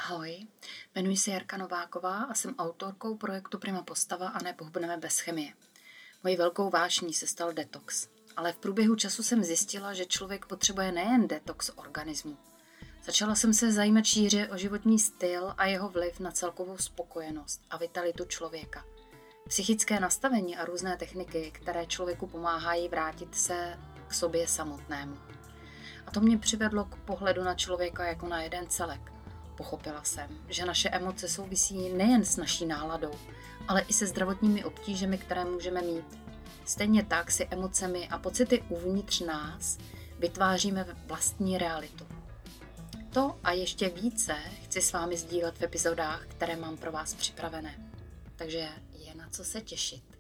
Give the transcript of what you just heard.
Ahoj, jmenuji se Jarka Nováková a jsem autorkou projektu Prima Postava a neb hubneme bez chemie. Mojí velkou vášní se stal detox, ale v průběhu času jsem zjistila, že člověk potřebuje nejen detox organismu. Začala jsem se zajímat šíře o životní styl a jeho vliv na celkovou spokojenost a vitalitu člověka. Psychické nastavení a různé techniky, které člověku pomáhají vrátit se k sobě samotnému. A to mě přivedlo k pohledu na člověka jako na jeden celek. Pochopila jsem, že naše emoce souvisí nejen s naší náladou, ale i se zdravotními obtížemi, které můžeme mít. Stejně tak si emocemi a pocity uvnitř nás vytváříme vlastní realitu. To a ještě více chci s vámi sdílet v epizodách, které mám pro vás připravené. Takže je na co se těšit.